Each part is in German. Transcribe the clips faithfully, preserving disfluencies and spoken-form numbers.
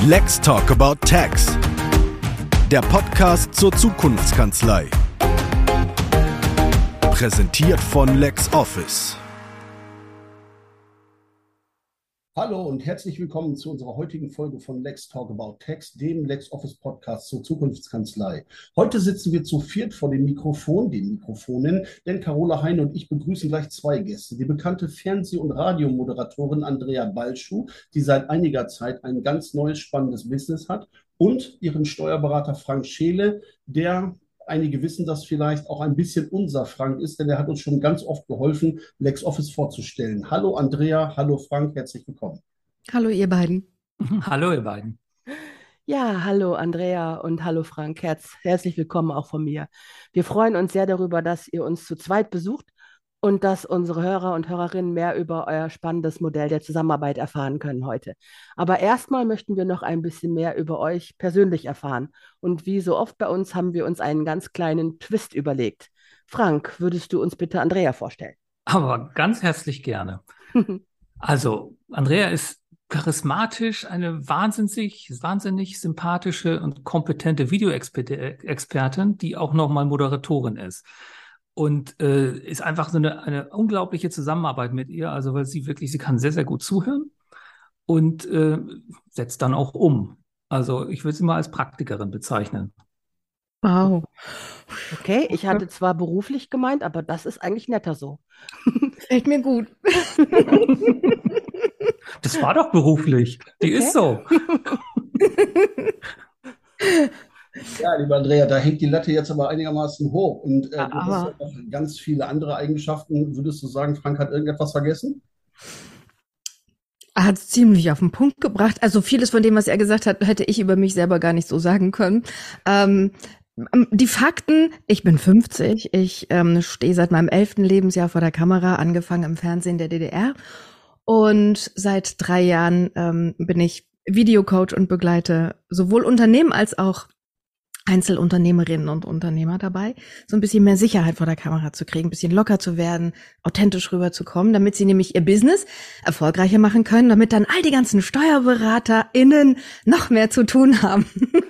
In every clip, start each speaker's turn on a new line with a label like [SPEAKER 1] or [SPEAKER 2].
[SPEAKER 1] Let's Talk About Tax. Der Podcast zur Zukunftskanzlei. Präsentiert von LexOffice.
[SPEAKER 2] Hallo und herzlich willkommen zu unserer heutigen Folge von Let's Talk About Tax, dem LexOffice Podcast zur Zukunftskanzlei. Heute sitzen wir zu viert vor dem Mikrofon, den Mikrofonen, denn Carola Heine und ich begrüßen gleich zwei Gäste. Die bekannte Fernseh- und Radiomoderatorin Andrea Balschuh, die seit einiger Zeit ein ganz neues, spannendes Business hat, und ihren Steuerberater Frank Scheele, der, einige wissen das vielleicht, auch ein bisschen unser Frank ist, denn er hat uns schon ganz oft geholfen, LexOffice vorzustellen. Hallo Andrea, hallo Frank, herzlich willkommen.
[SPEAKER 3] Hallo ihr beiden.
[SPEAKER 4] Hallo ihr beiden.
[SPEAKER 5] Ja, hallo Andrea und hallo Frank, Herz, herzlich willkommen auch von mir. Wir freuen uns sehr darüber, dass ihr uns zu zweit besucht und dass unsere Hörer und Hörerinnen mehr über euer spannendes Modell der Zusammenarbeit erfahren können heute. Aber erstmal möchten wir noch ein bisschen mehr über euch persönlich erfahren. Und wie so oft bei uns haben wir uns einen ganz kleinen Twist überlegt. Frank, würdest du uns bitte Andrea vorstellen?
[SPEAKER 4] Aber ganz herzlich gerne. Also, Andrea ist charismatisch, eine wahnsinnig, wahnsinnig sympathische und kompetente Videoexpertin, die auch nochmal Moderatorin ist. Und äh, ist einfach so eine, eine unglaubliche Zusammenarbeit mit ihr, also weil sie wirklich, sie kann sehr, sehr gut zuhören und äh, setzt dann auch um. Also ich würde sie mal als Praktikerin bezeichnen.
[SPEAKER 3] Wow.
[SPEAKER 5] Okay, ich hatte zwar beruflich gemeint, aber das ist eigentlich netter so.
[SPEAKER 3] Fällt mir gut.
[SPEAKER 4] Das war doch beruflich. Die
[SPEAKER 5] Okay.
[SPEAKER 4] ist so.
[SPEAKER 2] Ja, liebe Andrea, da hängt die Latte jetzt aber einigermaßen hoch. Und äh, du hast
[SPEAKER 5] Aber-
[SPEAKER 2] ja noch ganz viele andere Eigenschaften. Würdest du sagen, Frank hat irgendetwas vergessen?
[SPEAKER 3] Er hat es ziemlich auf den Punkt gebracht. Also vieles von dem, was er gesagt hat, hätte ich über mich selber gar nicht so sagen können. Ähm, die Fakten: Ich bin fünfzig. Ich ähm, stehe seit meinem elften Lebensjahr vor der Kamera, angefangen im Fernsehen der D D R. Und seit drei Jahren ähm, bin ich Videocoach und begleite sowohl Unternehmen als auch Einzelunternehmerinnen und Unternehmer dabei, so ein bisschen mehr Sicherheit vor der Kamera zu kriegen, ein bisschen locker zu werden, authentisch rüberzukommen, damit sie nämlich ihr Business erfolgreicher machen können, damit dann all die ganzen SteuerberaterInnen noch mehr zu tun haben.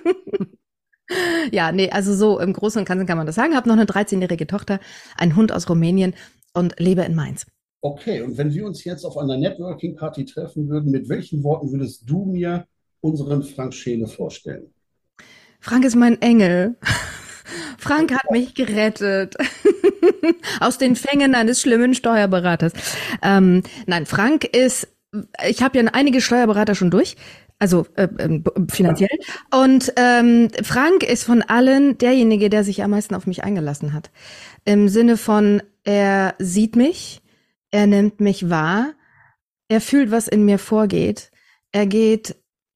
[SPEAKER 3] Ja, nee, also so im Großen und Ganzen kann man das sagen. Habe noch eine dreizehnjährige Tochter, einen Hund aus Rumänien und lebe in Mainz.
[SPEAKER 2] Okay, und wenn wir uns jetzt auf einer Networking-Party treffen würden, mit welchen Worten würdest du mir unseren Frank Scheele vorstellen?
[SPEAKER 3] Frank ist mein Engel. Frank hat mich gerettet aus den Fängen eines schlimmen Steuerberaters. Ähm, nein, Frank ist, ich habe ja einige Steuerberater schon durch, also äh, äh, finanziell. Und ähm, Frank ist von allen derjenige, der sich am meisten auf mich eingelassen hat. Im Sinne von, er sieht mich, er nimmt mich wahr, er fühlt, was in mir vorgeht. Er geht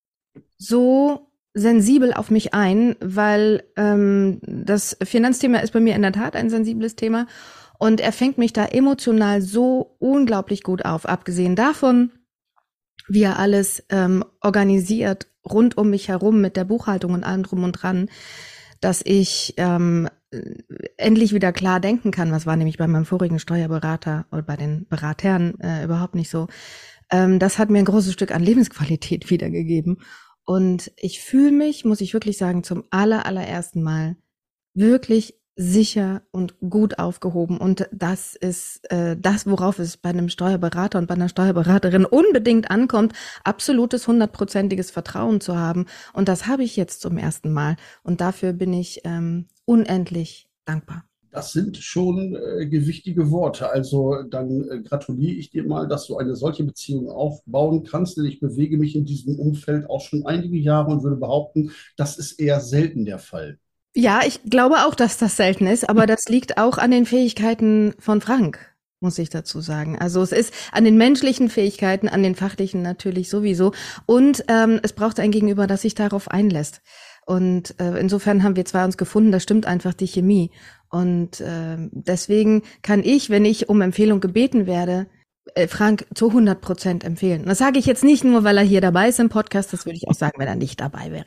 [SPEAKER 3] so sensibel auf mich ein, weil ähm, das Finanzthema ist bei mir in der Tat ein sensibles Thema, und er fängt mich da emotional so unglaublich gut auf, abgesehen davon, wie er alles ähm, organisiert rund um mich herum mit der Buchhaltung und allem drum und dran, dass ich ähm, endlich wieder klar denken kann. Was war nämlich bei meinem vorigen Steuerberater oder bei den Beratern äh, überhaupt nicht so. Ähm, das hat mir ein großes Stück an Lebensqualität wiedergegeben. Und ich fühle mich, muss ich wirklich sagen, zum aller, allerersten Mal wirklich sicher und gut aufgehoben. Und das ist äh, das, worauf es bei einem Steuerberater und bei einer Steuerberaterin unbedingt ankommt, absolutes, hundertprozentiges Vertrauen zu haben. Und das habe ich jetzt zum ersten Mal. Und dafür bin ich ähm, unendlich dankbar.
[SPEAKER 2] Das sind schon äh, gewichtige Worte. Also dann äh, gratuliere ich dir mal, dass du eine solche Beziehung aufbauen kannst, denn ich bewege mich in diesem Umfeld auch schon einige Jahre und würde behaupten, das ist eher selten der Fall.
[SPEAKER 3] Ja, ich glaube auch, dass das selten ist, aber das liegt auch an den Fähigkeiten von Frank, muss ich dazu sagen. Also es ist an den menschlichen Fähigkeiten, an den fachlichen natürlich sowieso. Und ähm, es braucht ein Gegenüber, das sich darauf einlässt. Und äh, insofern haben wir zwei uns gefunden, da stimmt einfach die Chemie. Und äh, deswegen kann ich, wenn ich um Empfehlung gebeten werde, äh, Frank zu hundert Prozent empfehlen. Das sage ich jetzt nicht nur, weil er hier dabei ist im Podcast, das würde ich auch sagen, wenn er nicht dabei wäre.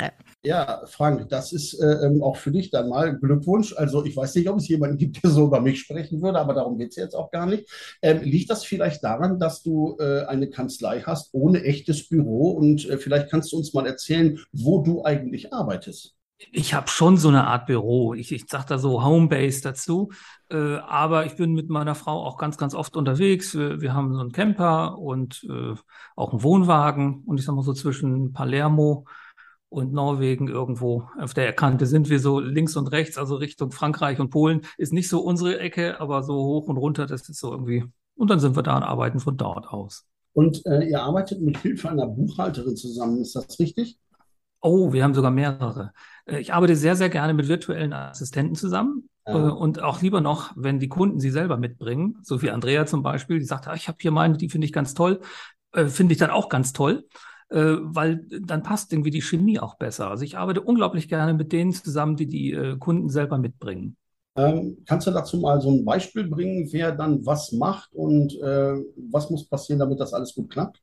[SPEAKER 2] Ja, Frank, das ist äh, ähm, auch für dich dann mal Glückwunsch. Also ich weiß nicht, ob es jemanden gibt, der so über mich sprechen würde, aber darum geht es jetzt auch gar nicht. Ähm, liegt das vielleicht daran, dass du äh, eine Kanzlei hast ohne echtes Büro? Und äh, vielleicht kannst du uns mal erzählen, wo du eigentlich arbeitest.
[SPEAKER 4] Ich habe schon so eine Art Büro. Ich, ich sage da so Homebase dazu. Äh, aber ich bin mit meiner Frau auch ganz, ganz oft unterwegs. Wir, wir haben so einen Camper und äh, auch einen Wohnwagen. Und ich sag mal so zwischen Palermo und Norwegen irgendwo auf der Kante sind wir so links und rechts, also Richtung Frankreich und Polen. Ist nicht so unsere Ecke, aber so hoch und runter, das ist so irgendwie. Und dann sind wir da und arbeiten von dort aus.
[SPEAKER 2] Und äh, ihr arbeitet mit Hilfe einer Buchhalterin zusammen, ist das richtig?
[SPEAKER 4] Oh, wir haben sogar mehrere. Äh, Ich arbeite sehr, sehr gerne mit virtuellen Assistenten zusammen. Äh,
[SPEAKER 2] Ja.
[SPEAKER 4] Und auch lieber noch, wenn die Kunden sie selber mitbringen, so wie Andrea zum Beispiel, die sagt, ah, ich habe hier meine, die finde ich ganz toll, äh, finde ich dann auch ganz toll, äh, weil dann passt irgendwie die Chemie auch besser. Also ich arbeite unglaublich gerne mit denen zusammen, die die äh, Kunden selber mitbringen.
[SPEAKER 2] Ähm, kannst du dazu mal so ein Beispiel bringen, wer dann was macht und äh, was muss passieren, damit das alles gut klappt?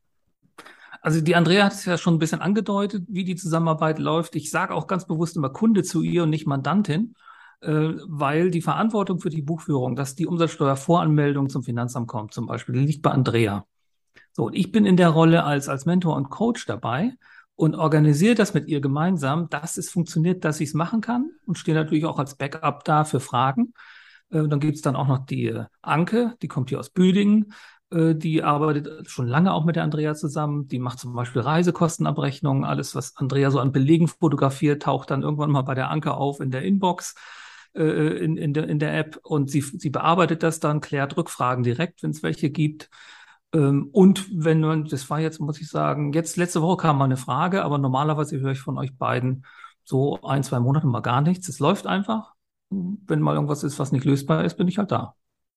[SPEAKER 4] Also die Andrea hat es ja schon ein bisschen angedeutet, wie die Zusammenarbeit läuft. Ich sage auch ganz bewusst immer Kunde zu ihr und nicht Mandantin, äh, weil die Verantwortung für die Buchführung, dass die Umsatzsteuervoranmeldung zum Finanzamt kommt zum Beispiel, die liegt bei Andrea. So, und ich bin in der Rolle als, als Mentor und Coach dabei und organisiere das mit ihr gemeinsam, dass es funktioniert, dass ich es machen kann und stehe natürlich auch als Backup da für Fragen. Äh, dann gibt's dann auch noch die äh, Anke, die kommt hier aus Büdingen. Äh, die arbeitet schon lange auch mit der Andrea zusammen. Die macht zum Beispiel Reisekostenabrechnungen. Alles, was Andrea so an Belegen fotografiert, taucht dann irgendwann mal bei der Anke auf in der Inbox, äh, in, in der, in der App. Und sie, sie bearbeitet das dann, klärt Rückfragen direkt, wenn es welche gibt. Ähm, Und wenn man, das war jetzt, muss ich sagen, jetzt letzte Woche kam mal eine Frage, aber normalerweise höre ich von euch beiden so ein, zwei Monate mal gar nichts. Es läuft einfach. Wenn mal irgendwas ist, was nicht lösbar ist, bin ich halt da.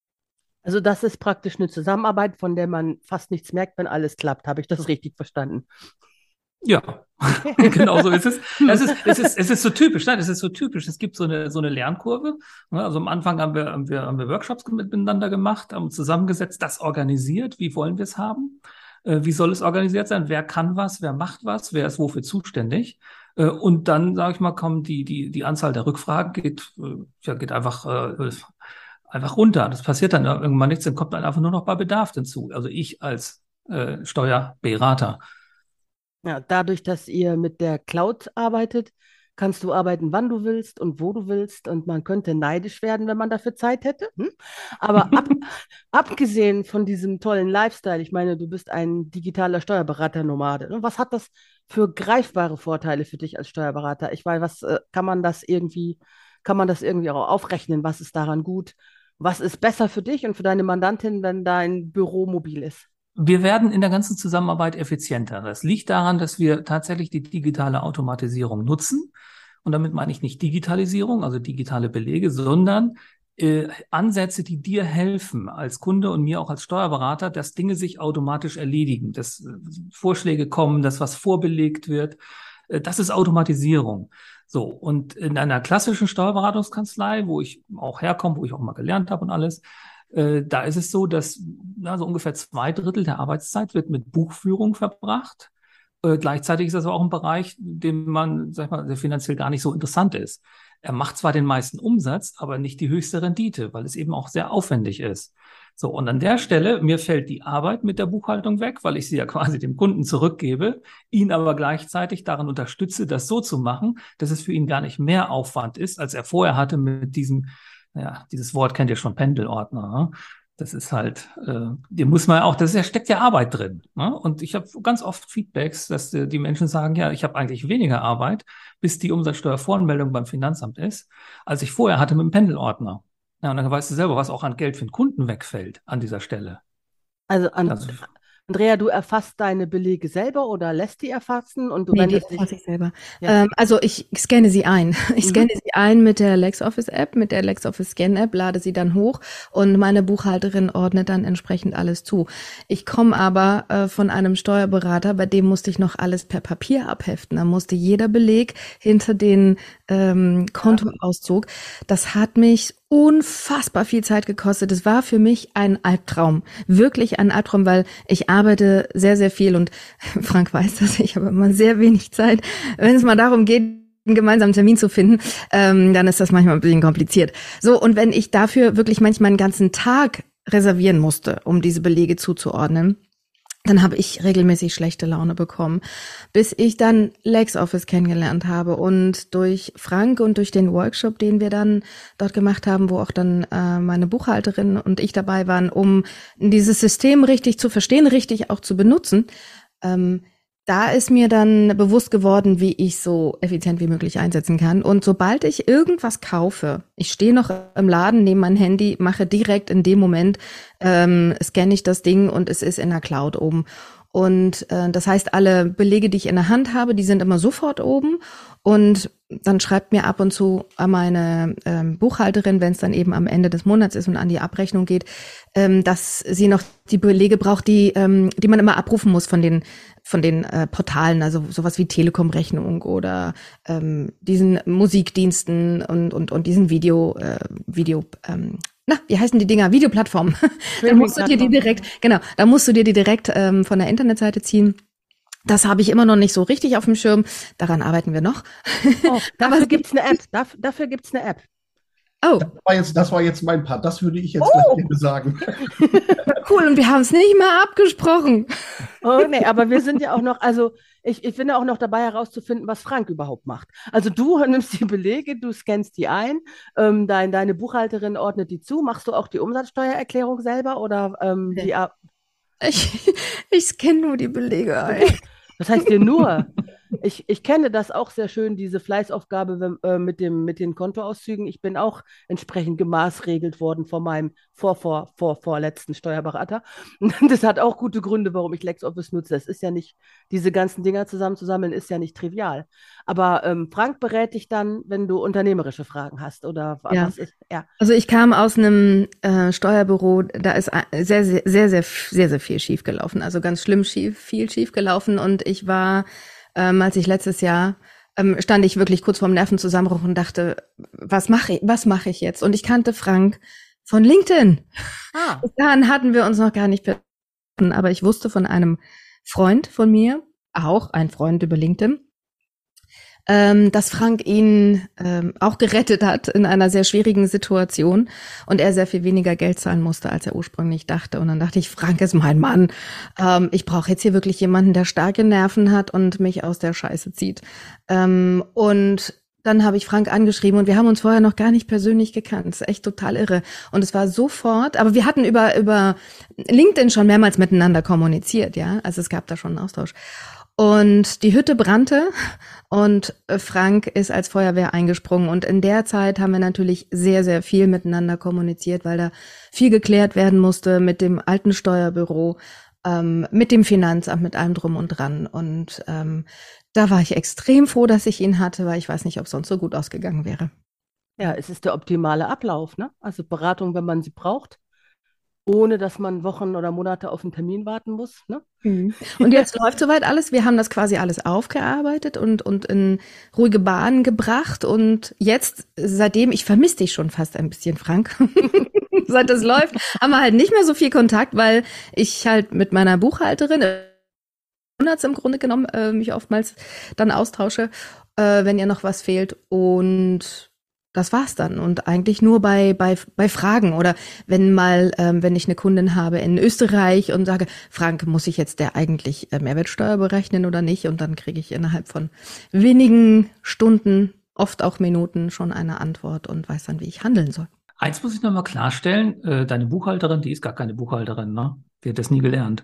[SPEAKER 5] Also das ist praktisch eine Zusammenarbeit, von der man fast nichts merkt, wenn alles klappt. Habe ich das richtig verstanden?
[SPEAKER 4] Ja,
[SPEAKER 5] Okay.
[SPEAKER 4] genau so ist es. Es ist, es ist, es ist so typisch, nein, es ist so typisch. Es gibt so eine, so eine Lernkurve. Ne? Also am Anfang haben wir, haben wir, haben wir Workshops miteinander gemacht, haben uns zusammengesetzt, das organisiert. Wie wollen wir es haben? Äh, Wie soll es organisiert sein? Wer kann was? Wer macht was? Wer ist wofür zuständig? Äh, Und dann, sage ich mal, kommen die, die, die Anzahl der Rückfragen geht, äh, ja, geht einfach, äh, einfach runter. Das passiert dann irgendwann nichts, dann kommt dann einfach nur noch bei Bedarf hinzu. Also ich als äh, Steuerberater.
[SPEAKER 5] Ja, dadurch, dass ihr mit der Cloud arbeitet, kannst du arbeiten, wann du willst und wo du willst. Und man könnte neidisch werden, wenn man dafür Zeit hätte. Hm? Aber ab, abgesehen von diesem tollen Lifestyle, ich meine, du bist ein digitaler Steuerberater-Nomade. Ne? Was hat das für greifbare Vorteile für dich als Steuerberater? Ich weiß, was äh, kann man das irgendwie, kann man das irgendwie auch aufrechnen? Was ist daran gut? Was ist besser für dich und für deine Mandantin, wenn dein Büro mobil ist?
[SPEAKER 4] Wir werden in der ganzen Zusammenarbeit effizienter. Das liegt daran, dass wir tatsächlich die digitale Automatisierung nutzen. Und damit meine ich nicht Digitalisierung, also digitale Belege, sondern äh, Ansätze, die dir helfen als Kunde und mir auch als Steuerberater, dass Dinge sich automatisch erledigen, dass äh, Vorschläge kommen, dass was vorbelegt wird. Äh, das ist Automatisierung. So, und in einer klassischen Steuerberatungskanzlei, wo ich auch herkomme, wo ich auch mal gelernt habe und alles, äh, da ist es so, dass na, so ungefähr zwei Drittel der Arbeitszeit wird mit Buchführung verbracht. Äh, gleichzeitig ist das auch ein Bereich, dem man, sag ich mal, der finanziell gar nicht so interessant ist. Er macht zwar den meisten Umsatz, aber nicht die höchste Rendite, weil es eben auch sehr aufwendig ist. So, und an der Stelle, mir fällt die Arbeit mit der Buchhaltung weg, weil ich sie ja quasi dem Kunden zurückgebe, ihn aber gleichzeitig daran unterstütze, das so zu machen, dass es für ihn gar nicht mehr Aufwand ist, als er vorher hatte mit diesem, ja, dieses Wort kennt ihr schon, Pendelordner. Ne? Das ist halt, äh, dem muss man auch, das ist, da steckt ja Arbeit drin. Ne? Und ich habe ganz oft Feedbacks, dass äh, die Menschen sagen, ja, ich habe eigentlich weniger Arbeit, bis die Umsatzsteuervoranmeldung beim Finanzamt ist, als ich vorher hatte mit dem Pendelordner. Ja, und dann weißt du selber, was auch an Geld für den Kunden wegfällt an dieser Stelle.
[SPEAKER 5] Also an,
[SPEAKER 4] Also
[SPEAKER 5] Andrea, du erfasst deine Belege selber oder lässt die erfassen und du
[SPEAKER 3] Nee, die
[SPEAKER 5] wendest dich.
[SPEAKER 3] erfasse ich selber.
[SPEAKER 5] Ja.
[SPEAKER 3] Ähm, also ich scanne sie ein. Ich
[SPEAKER 5] Mhm.
[SPEAKER 3] scanne sie ein mit der LexOffice-App, mit der LexOffice Scan-App, lade sie dann hoch und meine Buchhalterin ordnet dann entsprechend alles zu. Ich komme aber äh, von einem Steuerberater, bei dem musste ich noch alles per Papier abheften. Da musste jeder Beleg hinter den ähm, Kontoauszug. Das hat mich unfassbar viel Zeit gekostet. Es war für mich ein Albtraum. Wirklich ein Albtraum, weil ich arbeite sehr, sehr viel und Frank weiß das, ich habe immer sehr wenig Zeit. Wenn es mal darum geht, einen gemeinsamen Termin zu finden, ähm, dann ist das manchmal ein bisschen kompliziert. So, und wenn ich dafür wirklich manchmal einen ganzen Tag reservieren musste, um diese Belege zuzuordnen, dann habe ich regelmäßig schlechte Laune bekommen, bis ich dann LexOffice kennengelernt habe und durch Frank und durch den Workshop, den wir dann dort gemacht haben, wo auch dann äh, meine Buchhalterin und ich dabei waren, um dieses System richtig zu verstehen, richtig auch zu benutzen, ähm, da ist mir dann bewusst geworden, wie ich so effizient wie möglich einsetzen kann. Und sobald ich irgendwas kaufe, ich stehe noch im Laden, nehme mein Handy, mache direkt in dem Moment, ähm, scanne ich das Ding und es ist in der Cloud oben. Und äh, das heißt, alle Belege, die ich in der Hand habe, die sind immer sofort oben. Und dann schreibt mir ab und zu meine ähm, Buchhalterin, wenn es dann eben am Ende des Monats ist und an die Abrechnung geht, ähm, dass sie noch die Belege braucht, die ähm, die man immer abrufen muss von den von den äh, Portalen, also sowas wie Telekom-Rechnung oder ähm, diesen Musikdiensten und und und diesen Video äh, Video ähm, na, wie heißen die Dinger? Videoplattformen. Da musst du dir die direkt, genau, da musst du dir die direkt ähm, von der Internetseite ziehen. Das habe ich immer noch nicht so richtig auf dem Schirm. Daran arbeiten wir noch.
[SPEAKER 5] Oh, dafür gibt's eine App. Dafür, dafür gibt's eine App.
[SPEAKER 3] Oh.
[SPEAKER 2] Das war jetzt, das war jetzt mein Part. Das würde ich jetzt
[SPEAKER 3] Oh.
[SPEAKER 2] gleich sagen.
[SPEAKER 3] Cool, und wir haben es nicht mal abgesprochen.
[SPEAKER 5] Oh nee, aber wir sind ja auch noch, also ich, ich bin ja auch noch dabei herauszufinden, was Frank überhaupt macht. Also du nimmst die Belege, du scannst die ein, ähm, dein, deine Buchhalterin ordnet die zu. Machst du auch die Umsatzsteuererklärung selber oder ähm,
[SPEAKER 3] Ja.
[SPEAKER 5] die Ar-
[SPEAKER 3] Ich, ich scanne nur die Belege ein.
[SPEAKER 5] Was heißt dir nur? Ich, ich kenne das auch sehr schön, diese Fleißaufgabe wenn, äh, mit dem, mit den Kontoauszügen. Ich bin auch entsprechend gemaßregelt worden von meinem vor, vor, vor, vorletzten Steuerberater. Das hat auch gute Gründe, warum ich LexOffice nutze. Das ist ja nicht, diese ganzen Dinger zusammenzusammeln, ist ja nicht trivial. Aber ähm, Frank berät dich dann, wenn du unternehmerische Fragen hast oder
[SPEAKER 3] Ja.
[SPEAKER 5] was ist, ja.
[SPEAKER 3] Also ich kam aus einem äh, Steuerbüro, da ist ein- sehr, sehr, sehr, sehr, sehr, sehr viel schiefgelaufen. Also ganz schlimm schief, viel schiefgelaufen. Und ich war, ähm, als ich letztes Jahr ähm, stand ich wirklich kurz vorm Nervenzusammenbruch und dachte, was mache ich, was mache ich jetzt? Und ich kannte Frank von LinkedIn.
[SPEAKER 5] Ah,
[SPEAKER 3] Bis dahin hatten wir uns noch gar nicht persönlich, aber ich wusste von einem Freund von mir, auch ein Freund über LinkedIn, ähm, dass Frank ihn ähm, auch gerettet hat in einer sehr schwierigen Situation und er sehr viel weniger Geld zahlen musste, als er ursprünglich dachte. Und dann dachte ich, Frank ist mein Mann. Ähm, ich brauche jetzt hier wirklich jemanden, der starke Nerven hat und mich aus der Scheiße zieht. Ähm, und dann habe ich Frank angeschrieben und wir haben uns vorher noch gar nicht persönlich gekannt. Das ist echt total irre. Und es war sofort, aber wir hatten über über LinkedIn schon mehrmals miteinander kommuniziert, ja. Also es gab da schon einen Austausch. Und die Hütte brannte und äh, Frank ist als Feuerwehr eingesprungen. Und in der Zeit haben wir natürlich sehr, sehr viel miteinander kommuniziert, weil da viel geklärt werden musste mit dem alten Steuerbüro, ähm, mit dem Finanzamt, mit allem drum und dran. Und ähm, da war ich extrem froh, dass ich ihn hatte, weil ich weiß nicht, ob es sonst so gut ausgegangen wäre.
[SPEAKER 5] ja, es ist der optimale Ablauf, ne? Also Beratung, wenn man sie braucht, ohne dass man Wochen oder Monate auf einen Termin warten muss, ne?
[SPEAKER 3] Mhm. Und jetzt läuft soweit alles. Wir haben das quasi alles aufgearbeitet und, und in ruhige Bahnen gebracht. Und jetzt, seitdem, ich vermisse dich schon fast ein bisschen, Frank. Seit das läuft, haben wir halt nicht mehr so viel Kontakt, weil ich halt mit meiner Buchhalterin äh, Monats im Grunde genommen äh, mich oftmals dann austausche, äh, wenn ihr noch was fehlt. Und das war's dann. Und eigentlich nur bei bei bei Fragen oder wenn mal, ähm, wenn ich eine Kundin habe in Österreich und sage, Frank, muss ich jetzt der eigentlich äh, Mehrwertsteuer berechnen oder nicht? Und dann kriege ich innerhalb von wenigen Stunden, oft auch Minuten, schon eine Antwort und weiß dann, wie ich handeln soll.
[SPEAKER 4] Eins muss ich noch mal klarstellen, äh, deine Buchhalterin, die ist gar keine Buchhalterin, ne? Die hat das nie gelernt.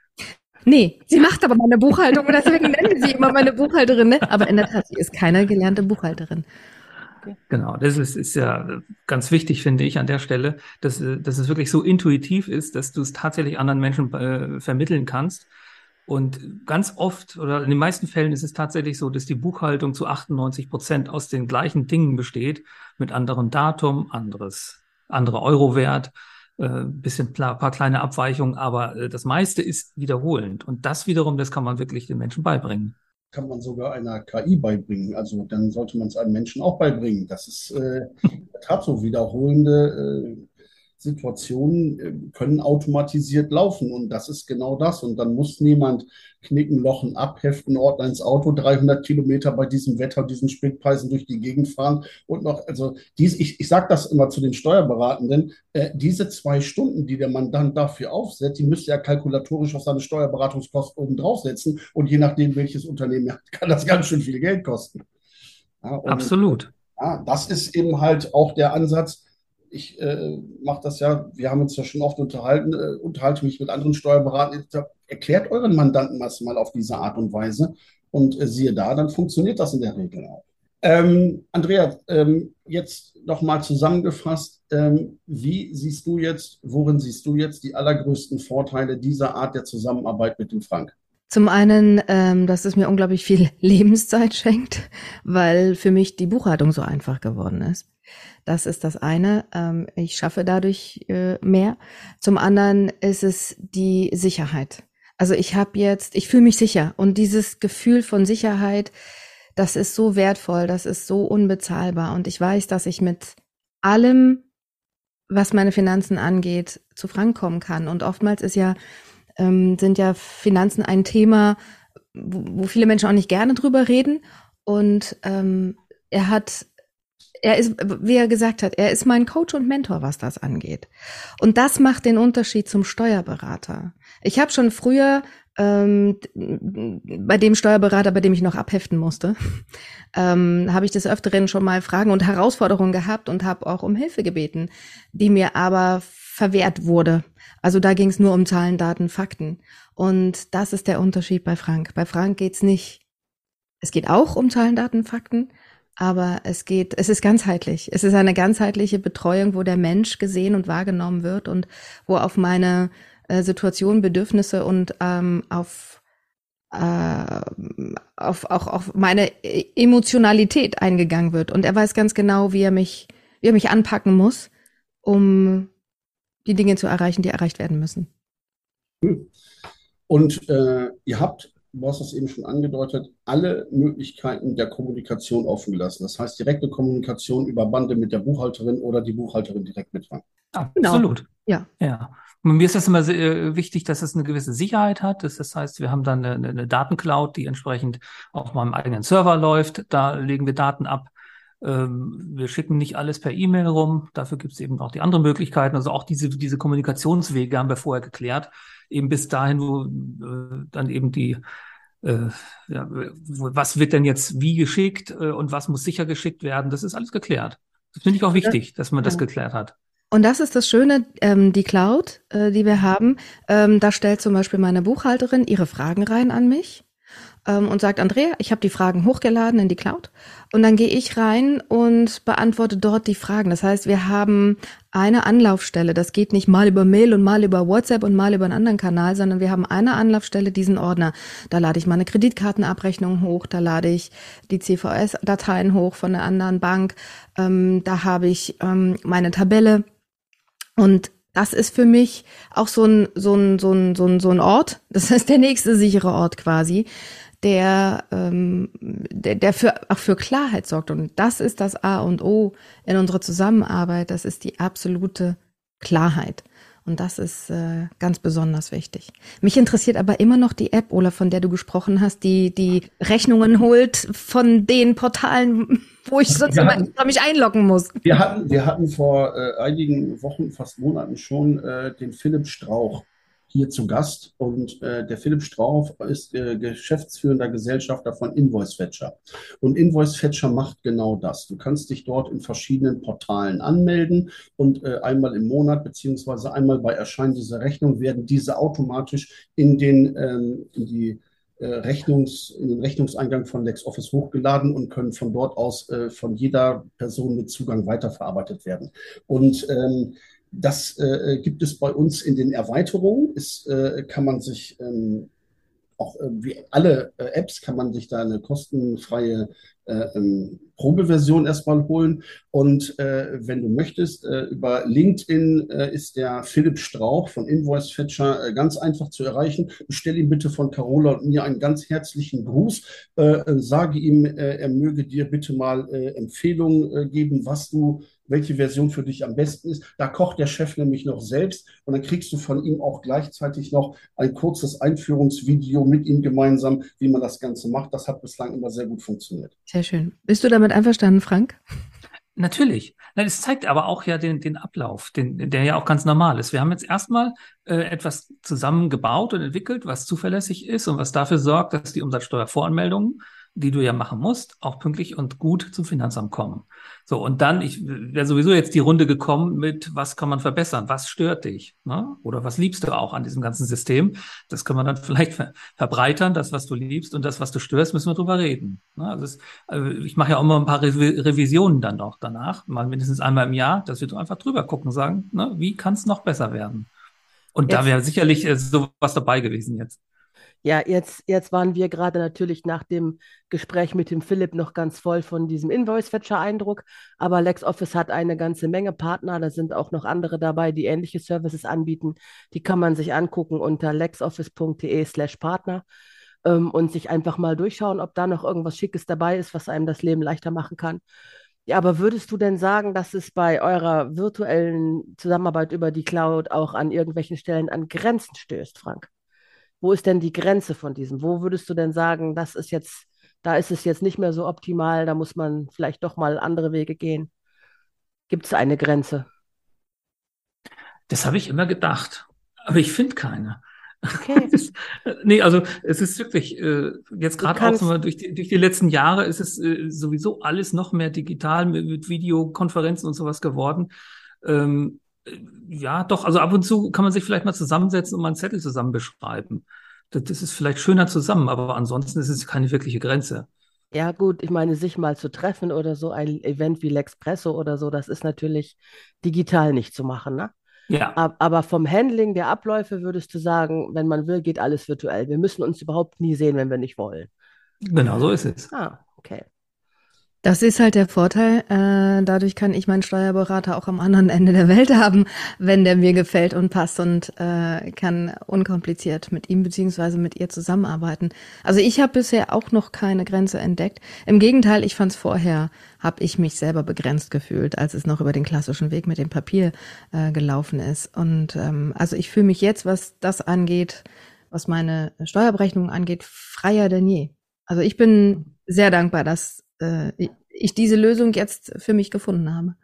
[SPEAKER 3] Nee, sie macht aber meine Buchhaltung und deswegen nennen sie immer meine Buchhalterin. Ne? Aber in der Tat, sie ist keine gelernte Buchhalterin.
[SPEAKER 4] Genau, das ist, ist ja ganz wichtig, finde ich, an der Stelle, dass, äh, dass es wirklich so intuitiv ist, dass du es tatsächlich anderen Menschen äh, vermitteln kannst. Und ganz oft oder in den meisten Fällen ist es tatsächlich so, dass die Buchhaltung zu achtundneunzig Prozent aus den gleichen Dingen besteht, mit anderem Datum, anderes, andere Eurowert, äh, bisschen klar, paar kleine Abweichungen, aber äh, das meiste ist wiederholend. Und das wiederum, das kann man wirklich den Menschen beibringen.
[SPEAKER 2] Kann man sogar einer K I beibringen. Also dann sollte man es einem Menschen auch beibringen. Das ist äh, in der Tat so wiederholende äh, Situationen äh, können automatisiert laufen und das ist genau das. Und dann muss niemand knicken, lochen, abheften, Ordner ins Auto, dreihundert Kilometer bei diesem Wetter, diesen Spritpreisen durch die Gegend fahren und noch, also dies, ich, ich sage das immer zu den Steuerberatenden, äh, diese zwei Stunden, die der Mandant dafür aufsetzt, die müsste er kalkulatorisch auf seine Steuerberatungskosten oben draufsetzen und je nachdem, welches Unternehmen er hat, kann das ganz schön viel Geld kosten. Ja, und
[SPEAKER 4] Absolut.
[SPEAKER 2] ja, das ist eben halt auch der Ansatz. Ich äh, mache das ja, wir haben uns ja schon oft unterhalten, äh, unterhalte mich mit anderen Steuerberatern. Ich sag, erklärt euren Mandanten das mal auf diese Art und Weise und äh, siehe da, dann funktioniert das in der Regel auch. Ähm, Andrea, ähm, jetzt nochmal zusammengefasst, ähm, wie siehst du jetzt, worin siehst du jetzt die allergrößten Vorteile dieser Art der Zusammenarbeit mit dem Frank?
[SPEAKER 3] Zum einen, ähm, dass es mir unglaublich viel Lebenszeit schenkt, weil für mich die Buchhaltung so einfach geworden ist. Das ist das eine. Ähm, ich schaffe dadurch äh, mehr. Zum anderen ist es die Sicherheit. Also ich habe jetzt, ich fühle mich sicher und dieses Gefühl von Sicherheit, das ist so wertvoll, das ist so unbezahlbar und ich weiß, dass ich mit allem, was meine Finanzen angeht, zu Frank kommen kann. Und oftmals ist ja ähm, sind ja Finanzen ein Thema, wo, wo viele Menschen auch nicht gerne drüber reden. Und ähm, er hat, er ist, wie er gesagt hat, er ist mein Coach und Mentor, was das angeht. Und das macht den Unterschied zum Steuerberater. Ich habe schon früher ähm, bei dem Steuerberater, bei dem ich noch abheften musste, ähm, habe ich des Öfteren schon mal Fragen und Herausforderungen gehabt und habe auch um Hilfe gebeten, die mir aber verwehrt wurde. Also da ging es nur um Zahlen, Daten, Fakten. Und das ist der Unterschied bei Frank. Bei Frank geht's nicht, es geht auch um Zahlen, Daten, Fakten, aber es geht, es ist ganzheitlich. Es ist eine ganzheitliche Betreuung, wo der Mensch gesehen und wahrgenommen wird und wo auf meine äh, Situation, Bedürfnisse und ähm, auf, äh, auf auch auf meine Emotionalität eingegangen wird. Und er weiß ganz genau, wie er mich, wie er mich anpacken muss, um die Dinge zu erreichen, die erreicht werden müssen.
[SPEAKER 2] Und äh, ihr habt, du hast es eben schon angedeutet, alle Möglichkeiten der Kommunikation offen gelassen. Das heißt, direkte Kommunikation über Bande mit der Buchhalterin oder die Buchhalterin direkt mit Frank.
[SPEAKER 4] Absolut.
[SPEAKER 3] Genau. Ja.
[SPEAKER 4] Ja. Und mir ist das immer sehr wichtig, dass es eine gewisse Sicherheit hat. Das, das heißt, wir haben dann eine, eine Datencloud, die entsprechend auf meinem eigenen Server läuft. Da legen wir Daten ab. Ähm, wir schicken nicht alles per E-Mail rum. Dafür gibt es eben auch die anderen Möglichkeiten. Also auch diese, diese Kommunikationswege haben wir vorher geklärt. Eben bis dahin, wo äh, dann eben die äh, ja, wo, was wird denn jetzt wie geschickt äh, und was muss sicher geschickt werden. Das ist alles geklärt. Das finde ich auch wichtig, dass man das geklärt hat.
[SPEAKER 3] Und das ist das Schöne, ähm, die Cloud, äh, die wir haben, ähm, da stellt zum Beispiel meine Buchhalterin ihre Fragen rein an mich ähm, und sagt, Andrea, ich habe die Fragen hochgeladen in die Cloud und dann gehe ich rein und beantworte dort die Fragen. Das heißt, wir haben eine Anlaufstelle, das geht nicht mal über Mail und mal über WhatsApp und mal über einen anderen Kanal, sondern wir haben eine Anlaufstelle, diesen Ordner. Da lade ich meine Kreditkartenabrechnung hoch, da lade ich die C V S-Dateien hoch von einer anderen Bank, ähm, da habe ich ähm, meine Tabelle. Und das ist für mich auch so ein, so ein, so ein, so ein, so ein Ort, das ist der nächste sichere Ort quasi, der, ähm, der, der für, auch für Klarheit sorgt. Und das ist das A und O in unserer Zusammenarbeit, das ist die absolute Klarheit. Und das ist äh, ganz besonders wichtig. Mich interessiert aber immer noch die App, Olaf, von der du gesprochen hast, die die Rechnungen holt von den Portalen, wo ich sonst immer extra mich einloggen muss.
[SPEAKER 2] Wir hatten, wir hatten vor äh, einigen Wochen, fast Monaten schon, äh, den Philipp Strauch hier zu Gast. Und äh, der Philipp Strauch ist äh, geschäftsführender Gesellschafter von InvoiceFetcher. Und InvoiceFetcher macht genau das. Du kannst dich dort in verschiedenen Portalen anmelden und äh, einmal im Monat beziehungsweise einmal bei Erscheinen dieser Rechnung werden diese automatisch in den ähm, in die äh, Rechnungs, in den Rechnungseingang von LexOffice hochgeladen und können von dort aus äh, von jeder Person mit Zugang weiterverarbeitet werden. Und ähm, Das äh, gibt es bei uns in den Erweiterungen. Es äh, kann man sich ähm, auch äh, wie alle äh, Apps kann man sich da eine kostenfreie äh, ähm, Probeversion erstmal holen. Und äh, wenn du möchtest, äh, über LinkedIn äh, ist der Philipp Strauch von Invoice Fetcher äh, ganz einfach zu erreichen. Bestell ihm bitte von Carola und mir einen ganz herzlichen Gruß. Äh, äh, sage ihm, äh, er möge dir bitte mal äh, Empfehlungen äh, geben, was du welche Version für dich am besten ist. Da kocht der Chef nämlich noch selbst und dann kriegst du von ihm auch gleichzeitig noch ein kurzes Einführungsvideo mit ihm gemeinsam, wie man das Ganze macht. Das hat bislang immer sehr gut funktioniert.
[SPEAKER 3] Sehr schön. Bist du damit einverstanden, Frank?
[SPEAKER 4] Natürlich. Nein, es zeigt aber auch ja den, den Ablauf, den, der ja auch ganz normal ist. Wir haben jetzt erstmal äh, etwas zusammengebaut und entwickelt, was zuverlässig ist und was dafür sorgt, dass die Umsatzsteuervoranmeldungen, die du ja machen musst, auch pünktlich und gut zum Finanzamt kommen. So, und dann, ich wäre sowieso jetzt die Runde gekommen mit, was kann man verbessern? Was stört dich? Ne? Oder was liebst du auch an diesem ganzen System? Das können wir dann vielleicht ver verbreitern, das, was du liebst, und das, was du störst, müssen wir drüber reden. Ne? Also es, also ich mache ja auch immer ein paar Re Revisionen dann noch danach, mal mindestens einmal im Jahr, dass wir einfach drüber gucken und sagen, ne, wie kann es noch besser werden? Und jetzt, da wäre sicherlich äh, sowas dabei gewesen jetzt.
[SPEAKER 5] Ja, jetzt, jetzt waren wir gerade natürlich nach dem Gespräch mit dem Philipp noch ganz voll von diesem Invoice-Fetcher-Eindruck, aber LexOffice hat eine ganze Menge Partner, da sind auch noch andere dabei, die ähnliche Services anbieten, die kann man sich angucken unter lexoffice.de slash Partner ähm, und sich einfach mal durchschauen, ob da noch irgendwas Schickes dabei ist, was einem das Leben leichter machen kann. Ja, aber würdest du denn sagen, dass es bei eurer virtuellen Zusammenarbeit über die Cloud auch an irgendwelchen Stellen an Grenzen stößt, Frank? Wo ist denn die Grenze von diesem? Wo würdest du denn sagen, das ist jetzt, da ist es jetzt nicht mehr so optimal, da muss man vielleicht doch mal andere Wege gehen? Gibt es eine Grenze?
[SPEAKER 4] Das habe ich immer gedacht, aber ich finde keine.
[SPEAKER 5] Okay.
[SPEAKER 4] Das, nee, also es ist wirklich, äh, jetzt gerade auch so durch die, durch die letzten Jahre ist es äh, sowieso alles noch mehr digital mit, mit Videokonferenzen und sowas geworden. Ähm, Ja, doch, also ab und zu kann man sich vielleicht mal zusammensetzen und mal einen Zettel zusammen beschreiben. Das, das ist vielleicht schöner zusammen, aber ansonsten ist es keine wirkliche Grenze.
[SPEAKER 5] Ja, gut, ich meine, sich mal zu treffen oder so ein Event wie Lexpresso oder so, das ist natürlich digital nicht zu machen, ne?
[SPEAKER 4] Ja.
[SPEAKER 5] Aber vom Handling der Abläufe würdest du sagen, wenn man will, geht alles virtuell. Wir müssen uns überhaupt nie sehen, wenn wir nicht wollen.
[SPEAKER 4] Genau so ist es.
[SPEAKER 5] Ah, okay.
[SPEAKER 3] Das ist halt der Vorteil. Äh, dadurch kann ich meinen Steuerberater auch am anderen Ende der Welt haben, wenn der mir gefällt und passt, und äh, kann unkompliziert mit ihm beziehungsweise mit ihr zusammenarbeiten. Also ich habe bisher auch noch keine Grenze entdeckt. Im Gegenteil, ich fand es vorher, habe ich mich selber begrenzt gefühlt, als es noch über den klassischen Weg mit dem Papier äh, gelaufen ist. Und ähm, also ich fühle mich jetzt, was das angeht, was meine Steuerberechnung angeht, freier denn je. Also ich bin sehr dankbar, dass ich diese Lösung jetzt für mich gefunden habe.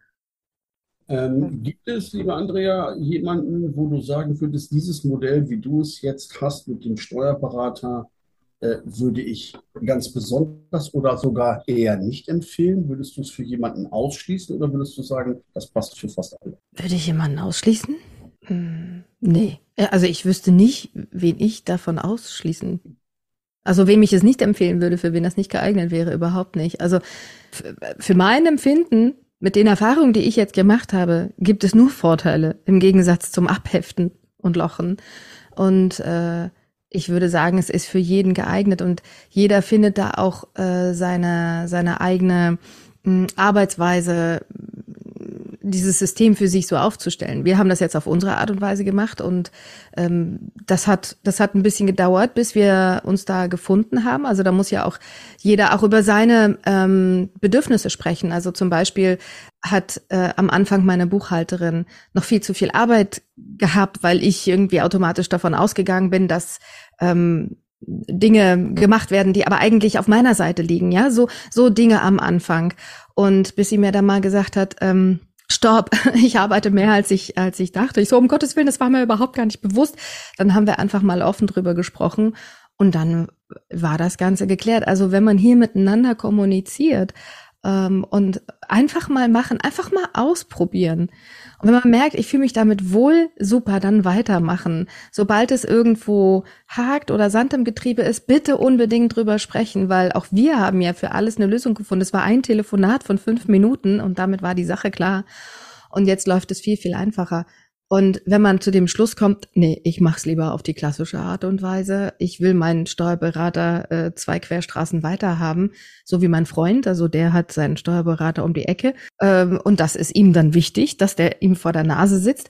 [SPEAKER 2] Ähm, gibt es, liebe Andrea, jemanden, wo du sagen würdest, dieses Modell, wie du es jetzt hast mit dem Steuerberater, äh, würde ich ganz besonders oder sogar eher nicht empfehlen? Würdest du es für jemanden ausschließen oder würdest du sagen, das passt für fast alle?
[SPEAKER 3] Würde ich jemanden ausschließen? Hm, nee. Also ich wüsste nicht, wen ich davon ausschließen. Also wem ich es nicht empfehlen würde, für wen das nicht geeignet wäre, überhaupt nicht. Also für mein Empfinden, mit den Erfahrungen, die ich jetzt gemacht habe, gibt es nur Vorteile im Gegensatz zum Abheften und Lochen. Und äh, ich würde sagen, es ist für jeden geeignet und jeder findet da auch äh, seine seine eigene mh, Arbeitsweise, dieses System für sich so aufzustellen. Wir haben das jetzt auf unsere Art und Weise gemacht und ähm, das hat das hat ein bisschen gedauert, bis wir uns da gefunden haben. Also da muss ja auch jeder auch über seine ähm, Bedürfnisse sprechen. Also zum Beispiel hat äh, am Anfang meine Buchhalterin noch viel zu viel Arbeit gehabt, weil ich irgendwie automatisch davon ausgegangen bin, dass ähm, Dinge gemacht werden, die aber eigentlich auf meiner Seite liegen. Ja, so so Dinge am Anfang. Und bis sie mir dann mal gesagt hat, ähm, Stopp, ich arbeite mehr als ich als ich dachte. Ich so, um Gottes Willen, das war mir überhaupt gar nicht bewusst. Dann haben wir einfach mal offen drüber gesprochen und dann war das Ganze geklärt. Also wenn man hier miteinander kommuniziert ähm, und einfach mal machen, einfach mal ausprobieren. Und wenn man merkt, ich fühle mich damit wohl, super, dann weitermachen. Sobald es irgendwo hakt oder Sand im Getriebe ist, bitte unbedingt drüber sprechen, weil auch wir haben ja für alles eine Lösung gefunden. Es war ein Telefonat von fünf Minuten und damit war die Sache klar. Und jetzt läuft es viel, viel einfacher. Und wenn man zu dem Schluss kommt, nee, ich mach's lieber auf die klassische Art und Weise, ich will meinen Steuerberater äh, zwei Querstraßen weiter haben, so wie mein Freund, also der hat seinen Steuerberater um die Ecke, ähm, und das ist ihm dann wichtig, dass der ihm vor der Nase sitzt,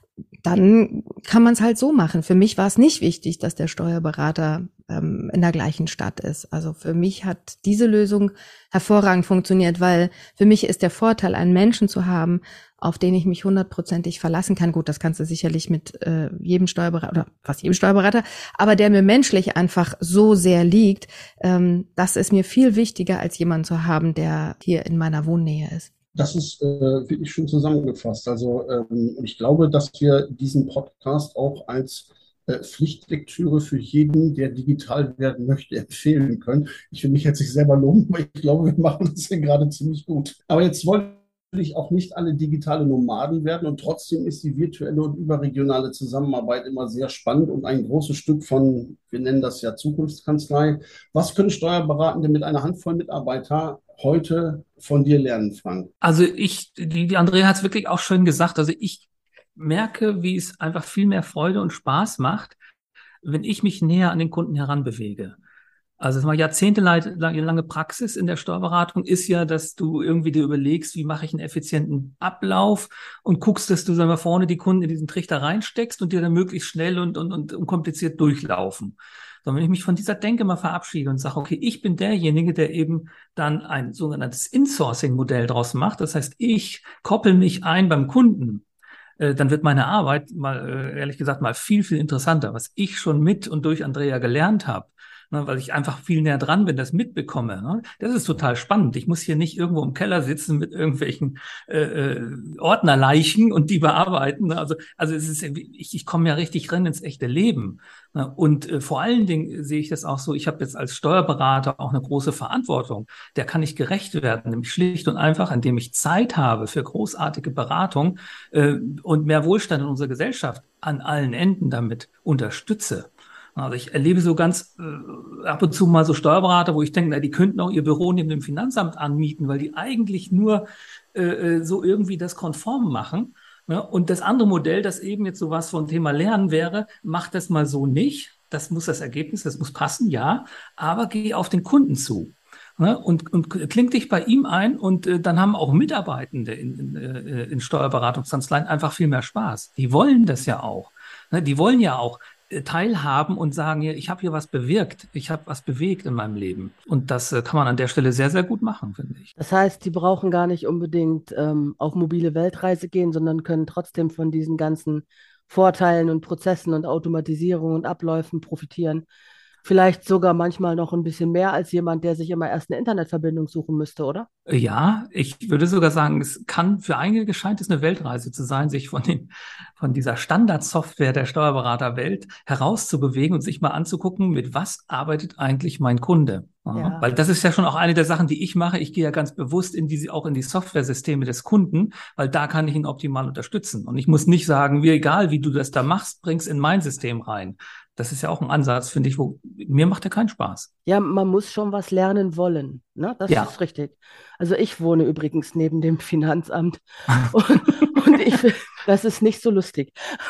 [SPEAKER 3] dann kann man es halt so machen. Für mich war es nicht wichtig, dass der Steuerberater ähm, in der gleichen Stadt ist. Also für mich hat diese Lösung hervorragend funktioniert, weil für mich ist der Vorteil, einen Menschen zu haben, auf den ich mich hundertprozentig verlassen kann. Gut, das kannst du sicherlich mit äh, jedem Steuerberater oder fast jedem Steuerberater, aber der mir menschlich einfach so sehr liegt, ähm, das ist mir viel wichtiger, als jemanden zu haben, der hier in meiner Wohnnähe ist.
[SPEAKER 2] Das ist äh, wirklich schön zusammengefasst. Also ähm, ich glaube, dass wir diesen Podcast auch als äh, Pflichtlektüre für jeden, der digital werden möchte, empfehlen können. Ich will mich jetzt nicht selber loben, aber ich glaube, wir machen das hier gerade ziemlich gut. Aber jetzt wollen natürlich auch nicht alle digitale Nomaden werden und trotzdem ist die virtuelle und überregionale Zusammenarbeit immer sehr spannend und ein großes Stück von, wir nennen das ja Zukunftskanzlei. Was können Steuerberatende mit einer Handvoll Mitarbeiter heute von dir lernen, Frank?
[SPEAKER 4] Also ich, die, die Andrea hat es wirklich auch schön gesagt. Also ich merke, wie es einfach viel mehr Freude und Spaß macht, wenn ich mich näher an den Kunden heranbewege. Also es war jahrzehntelange Praxis in der Steuerberatung ist ja, dass du irgendwie dir überlegst, wie mache ich einen effizienten Ablauf und guckst, dass du, sagen wir, vorne die Kunden in diesen Trichter reinsteckst und dir dann möglichst schnell und, und, und unkompliziert durchlaufen. Sondern wenn ich mich von dieser Denke mal verabschiede und sage, okay, ich bin derjenige, der eben dann ein sogenanntes Insourcing-Modell draus macht. Das heißt, ich koppel mich ein beim Kunden. Äh, dann wird meine Arbeit mal, äh, ehrlich gesagt, mal viel, viel interessanter, was ich schon mit und durch Andrea gelernt habe. Ne, weil ich einfach viel näher dran bin, das mitbekomme. Ne? Das ist total spannend. Ich muss hier nicht irgendwo im Keller sitzen mit irgendwelchen äh, äh, Ordnerleichen und die bearbeiten. Ne? Also, also es ist, ich, ich komme ja richtig rein ins echte Leben. Ne? Und äh, vor allen Dingen sehe ich das auch so, ich habe jetzt als Steuerberater auch eine große Verantwortung. Der kann ich gerecht werden, nämlich schlicht und einfach, indem ich Zeit habe für großartige Beratung äh, und mehr Wohlstand in unserer Gesellschaft an allen Enden damit unterstütze. Also ich erlebe so ganz äh, ab und zu mal so Steuerberater, wo ich denke, na, die könnten auch ihr Büro neben dem Finanzamt anmieten, weil die eigentlich nur äh, so irgendwie das konform machen. Ne? Und das andere Modell, das eben jetzt sowas von Thema Lernen wäre, macht das mal so nicht. Das muss das Ergebnis, das muss passen, ja, aber geh auf den Kunden zu. Ne? Und, und kling dich bei ihm ein und äh, dann haben auch Mitarbeitende in, in, äh, in Steuerberatungskanzleien einfach viel mehr Spaß. Die wollen das ja auch. Ne? Die wollen ja auch teilhaben und sagen, ja, ich habe hier was bewirkt, ich habe was bewegt in meinem Leben. Und das äh, kann man an der Stelle sehr, sehr gut machen, finde ich.
[SPEAKER 5] Das heißt, die brauchen gar nicht unbedingt ähm, auf mobile Weltreise gehen, sondern können trotzdem von diesen ganzen Vorteilen und Prozessen und Automatisierung und Abläufen profitieren. Vielleicht sogar manchmal noch ein bisschen mehr als jemand, der sich immer erst eine Internetverbindung suchen müsste, oder?
[SPEAKER 4] Ja, ich würde sogar sagen, es kann für einige scheint es eine Weltreise zu sein, sich von den, von dieser Standardsoftware der Steuerberaterwelt herauszubewegen und sich mal anzugucken, mit was arbeitet eigentlich mein Kunde.
[SPEAKER 5] Ja.
[SPEAKER 4] Weil das ist ja schon auch eine der Sachen, die ich mache. Ich gehe ja ganz bewusst in diese, auch in die Softwaresysteme des Kunden, weil da kann ich ihn optimal unterstützen. Und ich muss nicht sagen, wie egal, wie du das da machst, bring's in mein System rein. Das ist ja auch ein Ansatz, finde ich, wo mir macht der keinen Spaß.
[SPEAKER 5] Ja, man muss schon was lernen wollen, ne? Das
[SPEAKER 4] Ja.
[SPEAKER 5] ist richtig. Also ich wohne übrigens neben dem Finanzamt und, und ich finde, das ist nicht so lustig.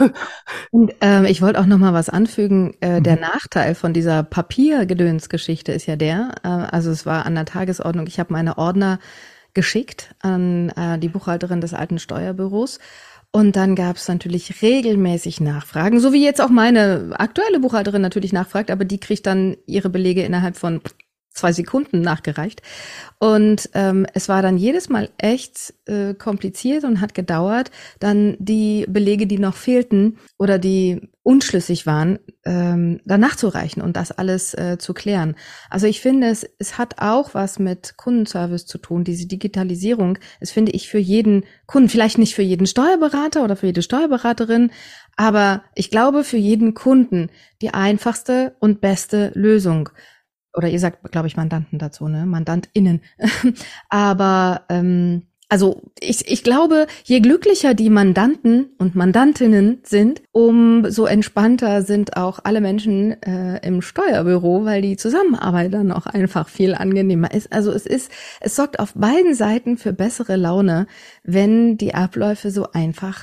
[SPEAKER 3] Und ähm, ich wollte auch noch mal was anfügen. Äh, der
[SPEAKER 4] Mhm.
[SPEAKER 3] Nachteil von dieser Papiergedönsgeschichte ist ja der, äh, also es war an der Tagesordnung, ich habe meine Ordner geschickt an äh, die Buchhalterin des alten Steuerbüros. Und dann gab es natürlich regelmäßig Nachfragen, so wie jetzt auch meine aktuelle Buchhalterin natürlich nachfragt, aber die kriegt dann ihre Belege innerhalb von zwei Sekunden nachgereicht. Und ähm, es war dann jedes Mal echt äh, kompliziert und hat gedauert, dann die Belege, die noch fehlten oder die unschlüssig waren, ähm, dann nachzureichen und das alles äh, zu klären. Also ich finde, es, es hat auch was mit Kundenservice zu tun. Diese Digitalisierung ist, finde ich, für jeden Kunden, vielleicht nicht für jeden Steuerberater oder für jede Steuerberaterin, aber ich glaube, für jeden Kunden die einfachste und beste Lösung. Oder ihr sagt, glaube ich, Mandanten dazu, ne? MandantInnen. Aber ähm, also ich, ich glaube, je glücklicher die Mandanten und Mandantinnen sind, umso entspannter sind auch alle Menschen äh, im Steuerbüro, weil die Zusammenarbeit dann auch einfach viel angenehmer ist. Also es ist, es sorgt auf beiden Seiten für bessere Laune, wenn die Abläufe so einfach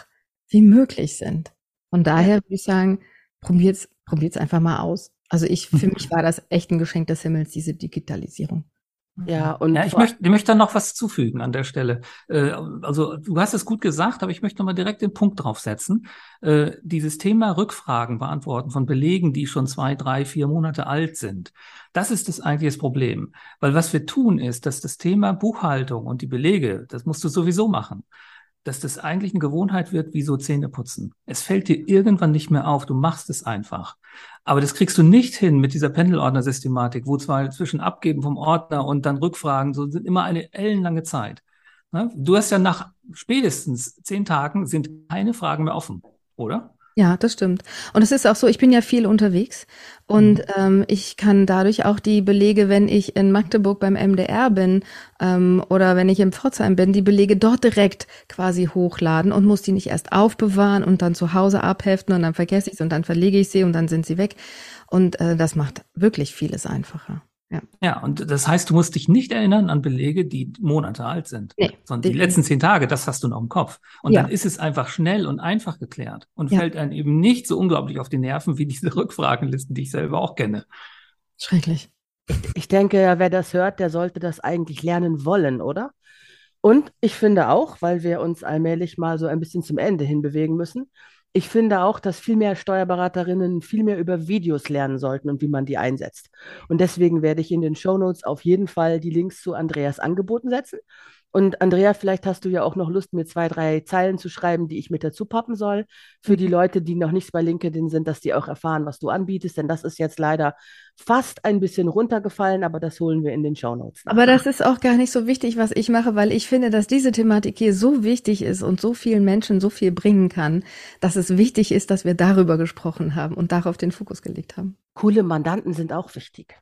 [SPEAKER 3] wie möglich sind. Von daher würde ich sagen, probiert's, probiert's einfach mal aus. Also ich, für mich war das echt ein Geschenk des Himmels, diese Digitalisierung.
[SPEAKER 5] Ja, und
[SPEAKER 4] ja, ich möchte, ich möchte da noch was zufügen an der Stelle. Äh, also du hast es gut gesagt, aber ich möchte noch mal direkt den Punkt draufsetzen. Äh, dieses Thema Rückfragen beantworten von Belegen, die schon zwei, drei, vier Monate alt sind, das ist das eigentliche Problem. Weil was wir tun ist, dass das Thema Buchhaltung und die Belege, das musst du sowieso machen, dass das eigentlich eine Gewohnheit wird wie so Zähneputzen. Es fällt dir irgendwann nicht mehr auf, du machst es einfach. Aber das kriegst du nicht hin mit dieser Pendelordner-Systematik, wo zwar zwischen Abgeben vom Ordner und dann Rückfragen, so sind immer eine ellenlange Zeit. Du hast ja nach spätestens zehn Tagen sind keine Fragen mehr offen, oder?
[SPEAKER 3] Ja, das stimmt. Und es ist auch so, ich bin ja viel unterwegs und mhm. ähm, ich kann dadurch auch die Belege, wenn ich in Magdeburg beim M D R bin ähm, oder wenn ich in Pforzheim bin, die Belege dort direkt quasi hochladen und muss die nicht erst aufbewahren und dann zu Hause abheften und dann vergesse ich es und dann verlege ich sie und dann sind sie weg. Und äh, das macht wirklich vieles einfacher. Ja.
[SPEAKER 4] ja, und das heißt, du musst dich nicht erinnern an Belege, die Monate alt sind,
[SPEAKER 3] nee,
[SPEAKER 4] sondern die letzten zehn Tage, das hast du noch im Kopf. Und ja. dann ist es einfach schnell und einfach geklärt und ja. fällt einem eben nicht so unglaublich auf die Nerven wie diese Rückfragenlisten, die ich selber auch kenne.
[SPEAKER 3] Schrecklich.
[SPEAKER 5] Ich, ich denke, wer das hört, der sollte das eigentlich lernen wollen, oder? Und ich finde auch, weil wir uns allmählich mal so ein bisschen zum Ende hin bewegen müssen, ich finde auch, dass viel mehr Steuerberaterinnen viel mehr über Videos lernen sollten und wie man die einsetzt. Und deswegen werde ich in den Shownotes auf jeden Fall die Links zu Andreas Angeboten setzen. Und Andrea, vielleicht hast du ja auch noch Lust, mir zwei, drei Zeilen zu schreiben, die ich mit dazu pappen soll. Für die Leute, die noch nicht bei LinkedIn sind, dass die auch erfahren, was du anbietest. Denn das ist jetzt leider fast ein bisschen runtergefallen, aber das holen wir in den Shownotes nach.
[SPEAKER 3] Aber das ist auch gar nicht so wichtig, was ich mache, weil ich finde, dass diese Thematik hier so wichtig ist und so vielen Menschen so viel bringen kann, dass es wichtig ist, dass wir darüber gesprochen haben und darauf den Fokus gelegt haben.
[SPEAKER 5] Coole Mandanten sind auch wichtig.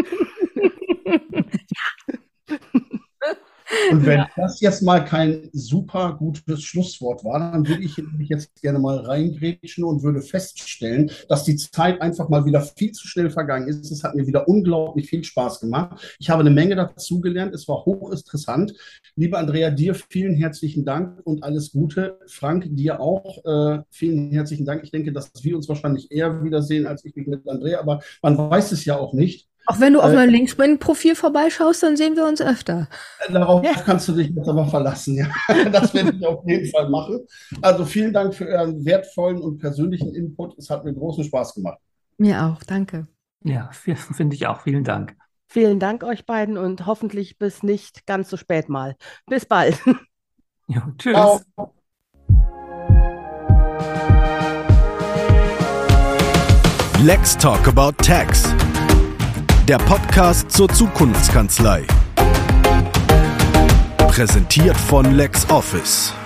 [SPEAKER 2] Und wenn ja. das jetzt mal kein super gutes Schlusswort war, dann würde ich mich jetzt gerne mal reingrätschen und würde feststellen, dass die Zeit einfach mal wieder viel zu schnell vergangen ist. Es hat mir wieder unglaublich viel Spaß gemacht. Ich habe eine Menge dazugelernt. Es war hochinteressant. Liebe Andrea, dir vielen herzlichen Dank und alles Gute. Frank, dir auch äh, vielen herzlichen Dank. Ich denke, dass wir uns wahrscheinlich eher wiedersehen, als ich mich mit Andrea, aber man weiß es ja auch nicht.
[SPEAKER 3] Auch wenn du auf äh, meinem LinkedIn-Profil vorbeischaust, dann sehen wir uns öfter.
[SPEAKER 2] Darauf ja. kannst du dich jetzt aber verlassen. Ja. Das werde ich auf jeden Fall machen. Also vielen Dank für euren wertvollen und persönlichen Input. Es hat mir großen Spaß gemacht.
[SPEAKER 3] Mir auch, danke.
[SPEAKER 4] Ja, finde ich auch. Vielen Dank.
[SPEAKER 5] Vielen Dank euch beiden und hoffentlich bis nicht ganz so spät mal. Bis bald.
[SPEAKER 4] Ja, tschüss.
[SPEAKER 2] Ciao.
[SPEAKER 1] Let's Talk About Tax. Der Podcast zur Zukunftskanzlei. Präsentiert von LexOffice.